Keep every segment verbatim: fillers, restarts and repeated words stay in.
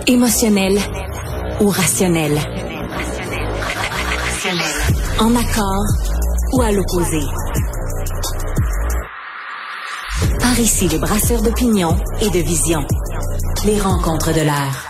Émotionnel ou rationnel? En accord ou à l'opposé? Par ici, les brasseurs d'opinion et de vision. Les rencontres de l'air.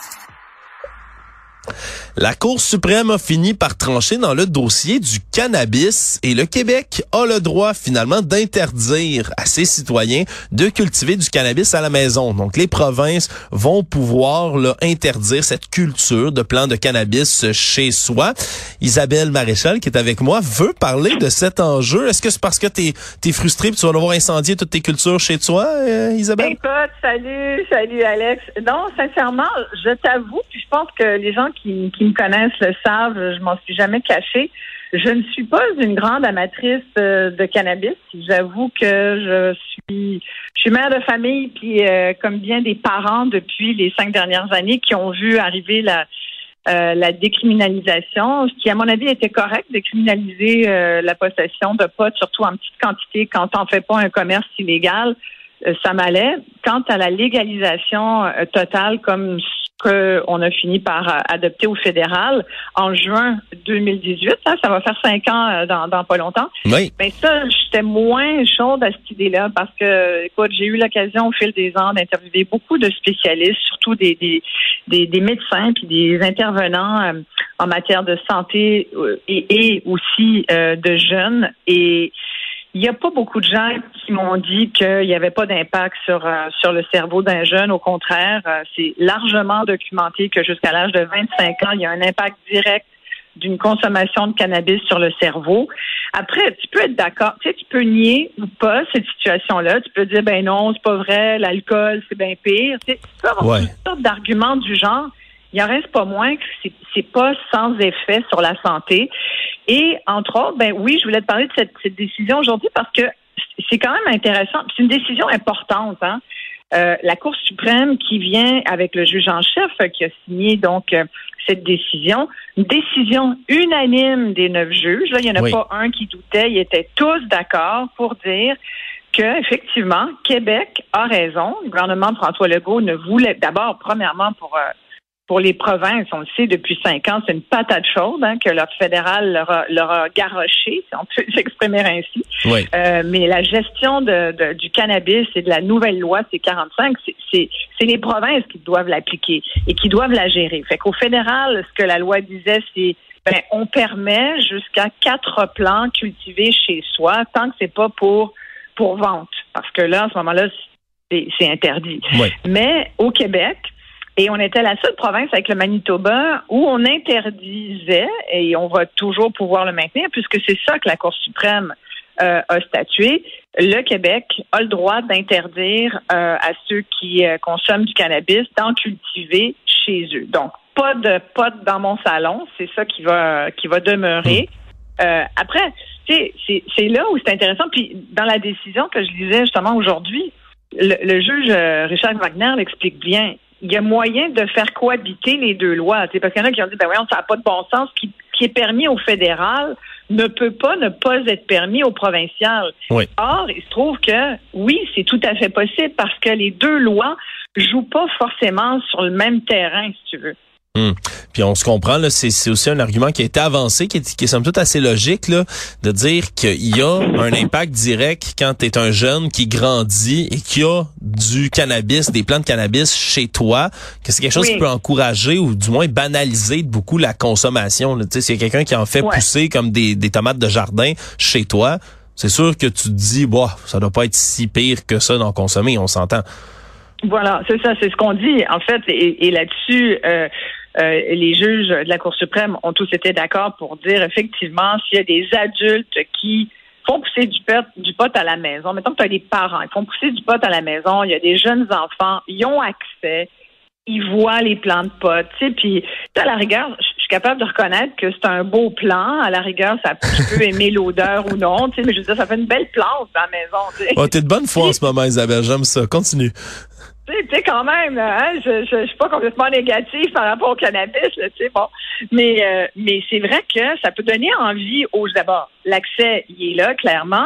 La Cour suprême a fini par trancher dans le dossier du cannabis et le Québec a le droit finalement d'interdire à ses citoyens de cultiver du cannabis à la maison. Donc les provinces vont pouvoir là, interdire cette culture de plants de cannabis chez soi. Isabelle Maréchal, qui est avec moi, veut parler de cet enjeu. Est-ce que c'est parce que t'es, t'es frustrée et tu vas devoir incendier toutes tes cultures chez toi, euh, Isabelle? Écoute, salut, salut Alex. Non, sincèrement, je t'avoue, puis je pense que les gens qui, qui me connaissent le savent, je m'en suis jamais cachée. Je ne suis pas une grande amatrice euh, de cannabis. J'avoue que je suis, je suis mère de famille, puis euh, comme bien des parents depuis les cinq dernières années qui ont vu arriver la euh, la décriminalisation, ce qui à mon avis était correct, de criminaliser euh, la possession de pot, surtout en petite quantité, quand on fait pas un commerce illégal, euh, ça m'allait. Quant à la légalisation euh, totale, comme qu'on a fini par adopter au fédéral en juin deux mille dix-huit. Hein, ça va faire cinq ans dans, dans pas longtemps. Oui. Ben ça, j'étais moins chaude à cette idée-là parce que, écoute, j'ai eu l'occasion au fil des ans d'interviewer beaucoup de spécialistes, surtout des des, des, des médecins puis des intervenants euh, en matière de santé euh, et, et aussi euh, de jeunes. Et il n'y a pas beaucoup de gens qui m'ont dit qu'il n'y avait pas d'impact sur euh, sur le cerveau d'un jeune. Au contraire, euh, c'est largement documenté que jusqu'à l'âge de vingt-cinq ans, il y a un impact direct d'une consommation de cannabis sur le cerveau. Après, tu peux être d'accord, tu sais, tu peux nier ou pas cette situation-là. Tu peux dire, ben non, c'est pas vrai, l'alcool, c'est bien pire. Tu sais, tu peux avoir ouais. toutes sortes d'arguments du genre. Il en reste pas moins que c'est, c'est pas sans effet sur la santé. Et, entre autres, ben oui, je voulais te parler de cette, cette décision aujourd'hui parce que c'est quand même intéressant. C'est une décision importante, hein. Euh, la Cour suprême qui vient avec le juge en chef euh, qui a signé donc euh, cette décision, une décision unanime des neuf juges. Là, il n'y en a oui. pas un qui doutait, ils étaient tous d'accord pour dire que effectivement, Québec a raison. Le gouvernement de François Legault ne voulait d'abord, premièrement, pour euh, Pour les provinces, on le sait depuis cinq ans, c'est une patate chaude hein, que leur fédéral leur a, leur a garoché, si on peut s'exprimer ainsi. Oui. Euh, mais la gestion de, de, du cannabis et de la nouvelle loi C quarante-cinq, c'est, c'est, c'est les provinces qui doivent l'appliquer et qui doivent la gérer. Fait qu'au fédéral, ce que la loi disait, c'est ben on permet jusqu'à quatre plants cultivés chez soi tant que c'est pas pour pour vente, parce que là, à ce moment-là, c'est, c'est interdit. Oui. Mais au Québec, et on était la seule province avec le Manitoba où on interdisait, et on va toujours pouvoir le maintenir, puisque c'est ça que la Cour suprême euh, a statué, le Québec a le droit d'interdire euh, à ceux qui euh, consomment du cannabis d'en cultiver chez eux. Donc, pas de pot dans mon salon, c'est ça qui va qui va demeurer. Euh, après, c'est, c'est, c'est là où c'est intéressant. Puis, dans la décision que je lisais justement aujourd'hui, le, le juge euh, Richard Wagner l'explique bien. Il y a moyen de faire cohabiter les deux lois. Parce qu'il y en a qui ont dit, ben voyons, ça n'a pas de bon sens. Ce qui, qui est permis au fédéral ne peut pas ne pas être permis au provincial. Oui. Or, il se trouve que, oui, c'est tout à fait possible parce que les deux lois jouent pas forcément sur le même terrain, si tu veux. Hum. Puis on se comprend, là, c'est, c'est aussi un argument qui a été avancé, qui est, qui est somme toute assez logique, là, de dire qu'il y a un impact direct quand tu es un jeune qui grandit et qui a du cannabis, des plants de cannabis chez toi, que c'est quelque chose oui. qui peut encourager ou du moins banaliser beaucoup la consommation. Tu sais, s'il y a quelqu'un qui en fait ouais. pousser comme des, des tomates de jardin chez toi, c'est sûr que tu te dis, bah, ça doit pas être si pire que ça d'en consommer, on s'entend. Voilà, c'est ça, c'est ce qu'on dit, en fait, et, et là-dessus, euh, Euh, les juges de la Cour suprême ont tous été d'accord pour dire effectivement s'il y a des adultes qui font pousser du pot, du pot à la maison, mettons que tu as des parents, ils font pousser du pot à la maison, il y a des jeunes enfants, ils ont accès, ils voient les plants de pot, tu sais, puis à la rigueur, je suis capable de reconnaître que c'est un beau plant, à la rigueur, ça tu peux aimer l'odeur ou non, tu sais, mais je veux dire, ça fait une belle plante dans la maison, tu sais. Oh, t'es de bonne foi en ce moment, Isabelle, j'aime ça, continue. Tu sais, quand même, hein, je, je, je suis pas complètement négative par rapport au cannabis, là, tu sais, bon. Mais, euh, mais c'est vrai que ça peut donner envie aux, d'abord, l'accès, il est là, clairement.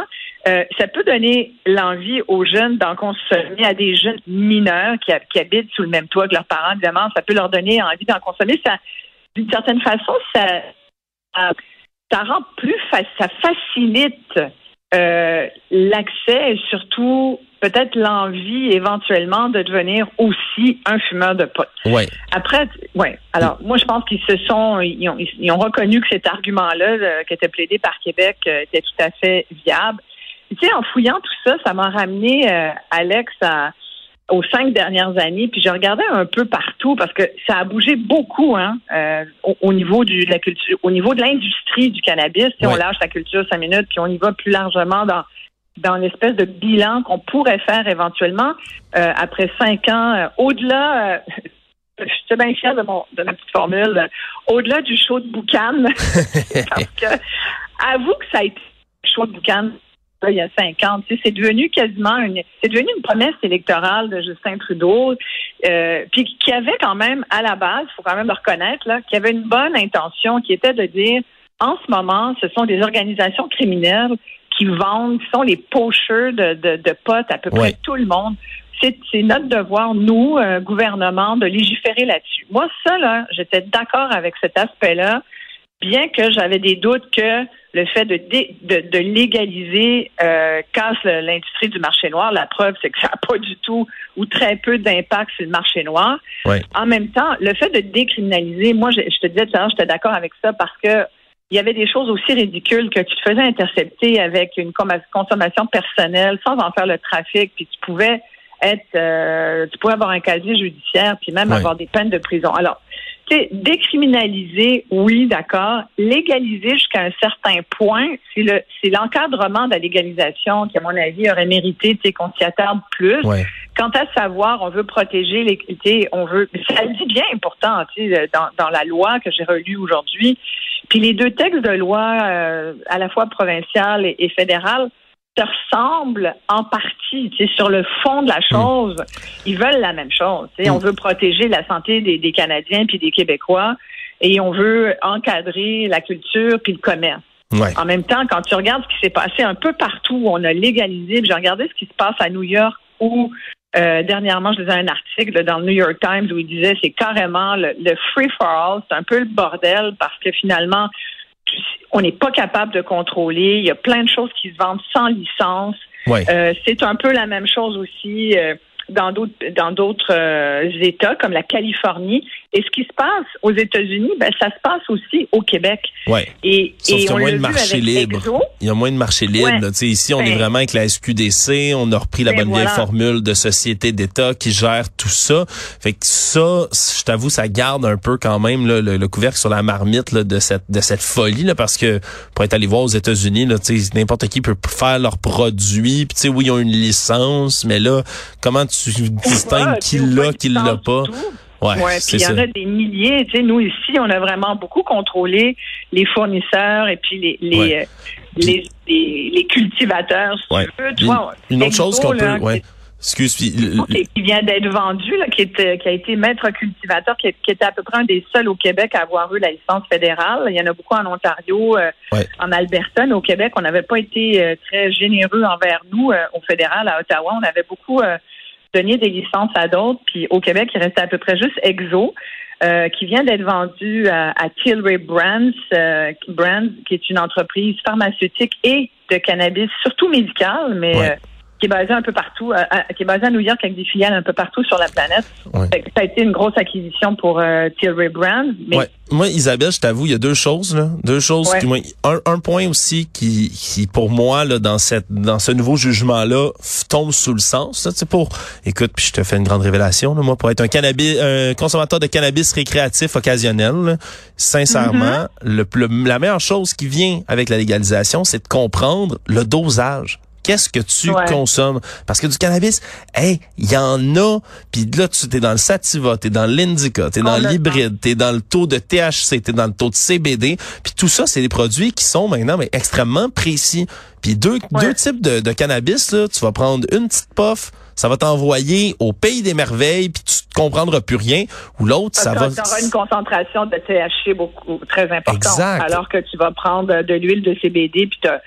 euh, ça peut donner l'envie aux jeunes d'en consommer, à des jeunes mineurs qui, qui habitent sous le même toit que leurs parents, évidemment, ça peut leur donner envie d'en consommer. Ça, d'une certaine façon, ça, ça, ça rend plus, fa- ça facilite euh, l'accès et surtout peut-être l'envie éventuellement de devenir aussi un fumeur de pot. Ouais. Après, ouais. Alors, moi, je pense qu'ils se sont, ils ont, ils ont reconnu que cet argument-là, euh, qui était plaidé par Québec, euh, était tout à fait viable. Tu sais, en fouillant tout ça, ça m'a ramené, euh, Alex, à, aux cinq dernières années. Puis j'ai regardé un peu partout parce que ça a bougé beaucoup, hein, euh, au, au niveau du, de la culture, au niveau de l'industrie du cannabis. Tu sais, on lâche la culture cinq minutes, puis on y va plus largement dans dans l'espèce de bilan qu'on pourrait faire éventuellement euh, après cinq ans, euh, au-delà, euh, je suis bien fière de, mon, de ma petite formule, euh, au-delà du show de boucan, parce que, avoue que ça a été le show de boucan là, il y a cinq ans, tu sais, c'est devenu quasiment une, c'est devenu une promesse électorale de Justin Trudeau, euh, puis qui avait quand même, à la base, il faut quand même le reconnaître, là, qui avait une bonne intention, qui était de dire, en ce moment, ce sont des organisations criminelles qui vendent, qui sont les pocheurs de, de, de potes à peu près ouais. tout le monde. C'est, c'est notre devoir, nous, euh, gouvernement, de légiférer là-dessus. Moi, ça, là, j'étais d'accord avec cet aspect-là, bien que j'avais des doutes que le fait de, dé, de, de légaliser euh, casse le, l'industrie du marché noir. La preuve, c'est que ça n'a pas du tout ou très peu d'impact sur le marché noir. Ouais. En même temps, le fait de décriminaliser, moi, je, je te disais tout à l'heure, j'étais d'accord avec ça parce que il y avait des choses aussi ridicules que tu te faisais intercepter avec une consommation personnelle sans en faire le trafic, puis tu pouvais être, euh, tu pouvais avoir un casier judiciaire, puis même ouais. avoir des peines de prison. Alors, tu sais, décriminaliser, oui, d'accord. Légaliser jusqu'à un certain point, c'est le, c'est l'encadrement de la légalisation qui, à mon avis, aurait mérité, tu sais, qu'on s'y attarde plus. Ouais. Quant à savoir, on veut protéger les, tu sais, on veut, ça le dit bien pourtant, tu sais, dans, dans la loi que j'ai relue aujourd'hui. Puis les deux textes de loi, euh, à la fois provincial et, et fédéral, se ressemblent en partie. Tu sais, sur le fond de la chose, mmh. ils veulent la même chose. Tu sais, mmh. On veut protéger la santé des, des Canadiens puis des Québécois et on veut encadrer la culture puis le commerce. Ouais. En même temps, quand tu regardes ce qui s'est passé un peu partout où on a légalisé, j'ai regardé ce qui se passe à New York où Euh, dernièrement, je lisais un article dans le New York Times où il disait c'est carrément le, le free for all, c'est un peu le bordel parce que finalement, on n'est pas capable de contrôler. Il y a plein de choses qui se vendent sans licence. Ouais. Euh, c'est un peu la même chose aussi euh, dans d'autres dans d'autres euh, États comme la Californie. Et ce qui se passe aux États-Unis, ben ça se passe aussi au Québec. Ouais. Et, Sauf et qu'il y a on moins l'a de marché libre. Exo. Il y a moins de marché libre. Ouais. Là. Ici, on ben, est vraiment avec la S Q D C. On a repris la ben bonne voilà. vieille formule de société d'État qui gère tout ça. Fait que ça, je t'avoue, ça garde un peu quand même là, le, le couvercle sur la marmite là, de cette de cette folie là, parce que pour être allé voir aux États-Unis, là, n'importe qui peut faire leurs produits. Puis tu sais, oui, ils ont une licence, mais là, comment tu distingues ouais, qui l'a, qui l'a pas? Ouais, ouais puis il y en a des milliers. Tu sais, nous ici, on a vraiment beaucoup contrôlé les fournisseurs et puis les les ouais. euh, les, les, les cultivateurs. Si ouais. tu veux, tu vois, une, une autre chose qu'on là, peut, ouais. Excuse, puis, qui, qui vient d'être vendu, là, qui, est, qui a été maître cultivateur, qui, qui était à peu près un des seuls au Québec à avoir eu la licence fédérale. Il y en a beaucoup en Ontario, euh, ouais. en Alberta. Au Québec, on n'avait pas été euh, très généreux envers nous. Euh, au fédéral, à Ottawa, on avait beaucoup euh, donné des licences à d'autres. Puis au Québec, il restait à peu près juste Exo, euh, qui vient d'être vendu à, à Tilray Brands, euh, Brands, qui est une entreprise pharmaceutique et de cannabis, surtout médical, mais... Ouais. Euh, qui est basé un peu partout, euh, qui est basé à New York avec des filiales un peu partout sur la planète. Ouais. Ça a été une grosse acquisition pour euh, Tilray Brands. Mais... Ouais. Moi, Isabelle, je t'avoue, il y a deux choses, là. Deux choses ouais. qui, moi, un, un point aussi qui, qui, pour moi, là, dans cette, dans ce nouveau jugement-là, tombe sous le sens, là, tu sais, pour, écoute, puis je te fais une grande révélation, là, moi, pour être un cannabis, un consommateur de cannabis récréatif occasionnel, là, sincèrement, mm-hmm. le, le, la meilleure chose qui vient avec la légalisation, c'est de comprendre le dosage. Qu'est-ce que tu ouais. consommes? Parce que du cannabis, hey, il y en a, puis là, tu es dans le sativa, t'es dans l'indica, t'es dans oh, l'hybride, t'es dans le taux de T H C, t'es dans le taux de C B D, puis tout ça, c'est des produits qui sont maintenant mais extrêmement précis. Puis deux, ouais. deux types de, de cannabis, là, tu vas prendre une petite puff, ça va t'envoyer au pays des merveilles, puis tu ne comprendras plus rien. Ou l'autre, ça va... Tu auras une concentration de T H C beaucoup très importante. Exact. Alors que tu vas prendre de l'huile de C B D, puis tu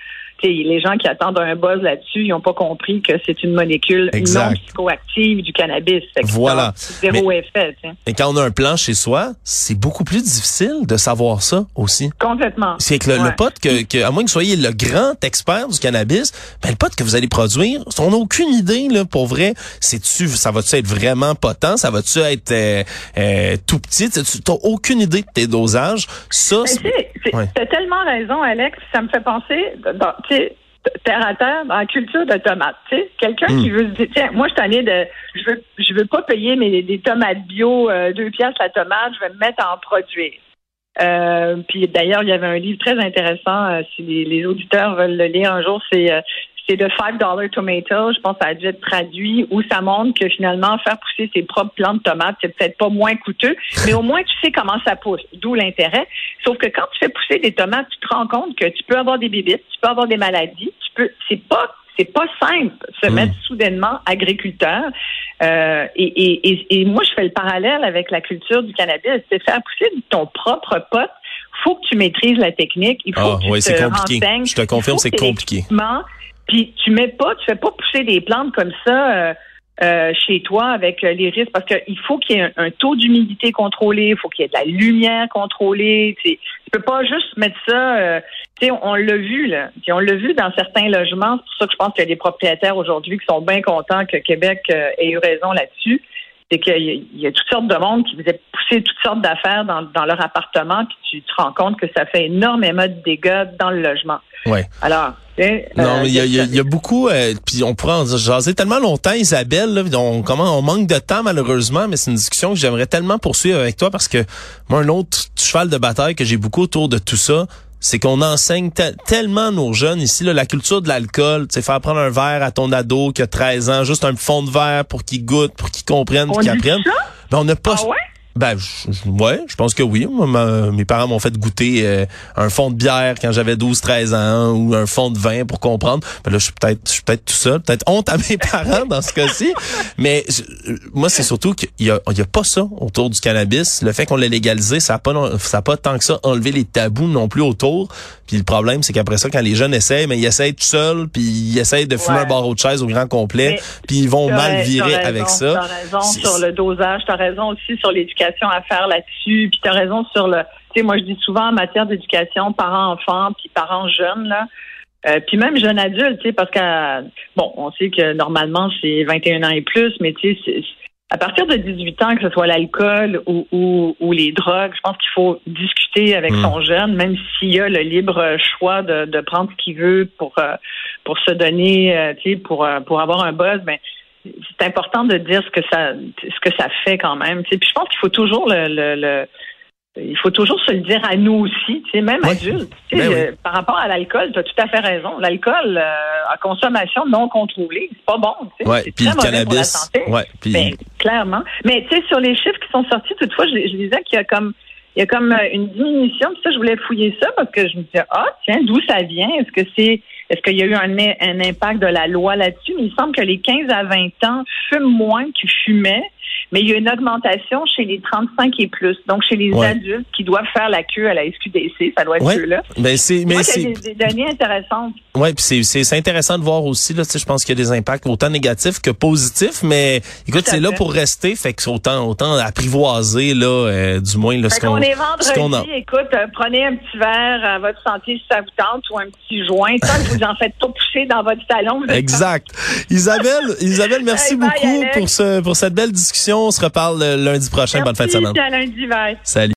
les gens qui attendent un buzz là-dessus, ils n'ont pas compris que c'est une molécule exact. non psychoactive du cannabis. Fait que voilà. Zéro mais, effet. T'sais. Et quand on a un plan chez soi, c'est beaucoup plus difficile de savoir ça aussi. Complètement. C'est que le, ouais. le pot, que, que, à moins que vous soyez le grand expert du cannabis, ben le pot que vous allez produire, on n'a aucune idée, là, pour vrai. C'est-tu, ça va-tu être vraiment potent? Ça va-tu être euh, euh, tout petit? Tu n'as aucune idée de tes dosages. Ça, c'est... Tu ouais. as tellement raison, Alex. Ça me fait penser, dans, terre à terre, dans la culture de tomates. Quelqu'un mm. qui veut se dire, tiens, moi, je suis allée de, je veux, je veux pas payer mes des tomates bio, euh, deux piastres la tomate, je vais me mettre à en produire. Euh, puis d'ailleurs, il y avait un livre très intéressant, euh, si les, les auditeurs veulent le lire un jour, c'est euh, c'est de five dollar Tomato, je pense que ça a dû être traduit, où ça montre que finalement, faire pousser ses propres plants de tomates, c'est peut-être pas moins coûteux, mais au moins tu sais comment ça pousse, d'où l'intérêt. Sauf que quand tu fais pousser des tomates, tu te rends compte que tu peux avoir des bébites, tu peux avoir des maladies, tu peux, c'est pas c'est pas simple se mmh. mettre soudainement agriculteur. Euh, et, et, et, et moi, je fais le parallèle avec la culture du cannabis, c'est faire pousser ton propre pot. Faut que tu maîtrises la technique, il faut ah, que tu ouais, te c'est compliqué. renseignes. Je te confirme, c'est compliqué. Puis tu mets pas, tu fais pas pousser des plantes comme ça euh, euh, chez toi avec euh, les risques, parce qu'il faut qu'il y ait un, un taux d'humidité contrôlé, il faut qu'il y ait de la lumière contrôlée. Tu peux pas juste mettre ça. Euh, tu sais, on, on l'a vu là, puis on l'a vu dans certains logements. C'est pour ça que je pense qu'il y a des propriétaires aujourd'hui qui sont bien contents que Québec euh, ait eu raison là-dessus. C'est qu'il y, a, il y a toutes sortes de monde qui faisaient pousser toutes sortes d'affaires dans, dans leur appartement, puis tu te rends compte que ça fait énormément de dégâts dans le logement. Ouais. Alors, euh, non, mais il y a, y, a, y a beaucoup, euh, puis on pourrait en jaser tellement longtemps, Isabelle. Là, on, comment, on manque de temps malheureusement, mais c'est une discussion que j'aimerais tellement poursuivre avec toi parce que moi, un autre cheval de bataille que j'ai beaucoup autour de tout ça, c'est qu'on enseigne te- tellement nos jeunes ici, là, la culture de l'alcool, tu sais, faire prendre un verre à ton ado qui a treize ans, juste un fond de verre pour qu'il goûte, pour qu'il comprenne, pour qu'il apprenne. Mais on n'a pas... Ah ouais? Ben, je, ouais, je pense que oui. Moi, ma, mes parents m'ont fait goûter euh, un fond de bière quand j'avais douze treize ans ou un fond de vin pour comprendre. Ben là, je suis peut-être je suis peut-être tout seul, peut-être honte à mes parents dans ce cas-ci. Mais je, moi, c'est surtout qu'il y a, il y a pas ça autour du cannabis. Le fait qu'on l'ait légalisé, ça a pas ça a pas tant que ça enlevé les tabous non plus autour. Puis le problème, c'est qu'après ça, quand les jeunes essayent, mais ils essayent tout seuls, puis ils essayent de fumer ouais. un barreau de chaise au grand complet, puis ils vont mal t'as virer raison, avec ça. T'as raison c'est, sur le dosage, t'as raison aussi sur l'éducation à faire là-dessus, puis t'as raison sur le... Tu sais, moi, je dis souvent en matière d'éducation, parents-enfants, puis parents-jeunes, là, euh, puis même jeunes adultes, tu sais, parce que, bon, on sait que normalement, c'est vingt et un ans et plus, mais tu sais, c'est... À partir de dix-huit ans, que ce soit l'alcool ou, ou, ou les drogues, je pense qu'il faut discuter avec mmh. son jeune, même s'il y a le libre choix de, de prendre ce qu'il veut pour euh, pour se donner, euh, tu sais, pour euh, pour avoir un buzz. Ben, c'est important de dire ce que ça ce que ça fait quand même. Tu sais. Puis je pense qu'il faut toujours le, le, le il faut toujours se le dire à nous aussi, tu sais, même oui. adultes. Tu sais, ben euh, oui. Par rapport à l'alcool, tu as tout à fait raison. L'alcool euh, à consommation non contrôlée, c'est pas bon. Tu sais, ouais, c'est puis très le mauvais cannabis, pour la santé. ouais, puis... ben, clairement. Mais tu sais, sur les chiffres qui sont sortis, toutefois, je, je disais qu'il y a comme il y a comme une diminution. Puis ça, je voulais fouiller ça parce que je me disais, ah tiens, d'où ça vient? Est-ce que c'est Est-ce qu'il y a eu un, un impact de la loi là-dessus? Mais il semble que les quinze à vingt ans fument moins qu'ils fumaient, mais il y a une augmentation chez les trente-cinq et plus. Donc, chez les ouais. adultes qui doivent faire la queue à la S Q D C, ça doit être ouais. ceux-là. Ben c'est, mais moi, c'est des, des données intéressantes. Oui, puis c'est, c'est, c'est intéressant de voir aussi, là, tu sais, je pense qu'il y a des impacts autant négatifs que positifs, mais écoute, c'est fait. Là pour rester, fait que c'est autant, autant apprivoiser, là, euh, du moins, là, ce qu'on, est vendredi, ce qu'on a. Écoute, euh, prenez un petit verre à votre santé si ça vous tente, ou un petit joint, tant que vous en faites tout pousser dans votre salon. Exact. Isabelle, Isabelle, merci hey, beaucoup bye, pour ce, pour cette belle discussion. On se reparle lundi prochain. Merci, bonne fin de semaine. À lundi, bye. Salut.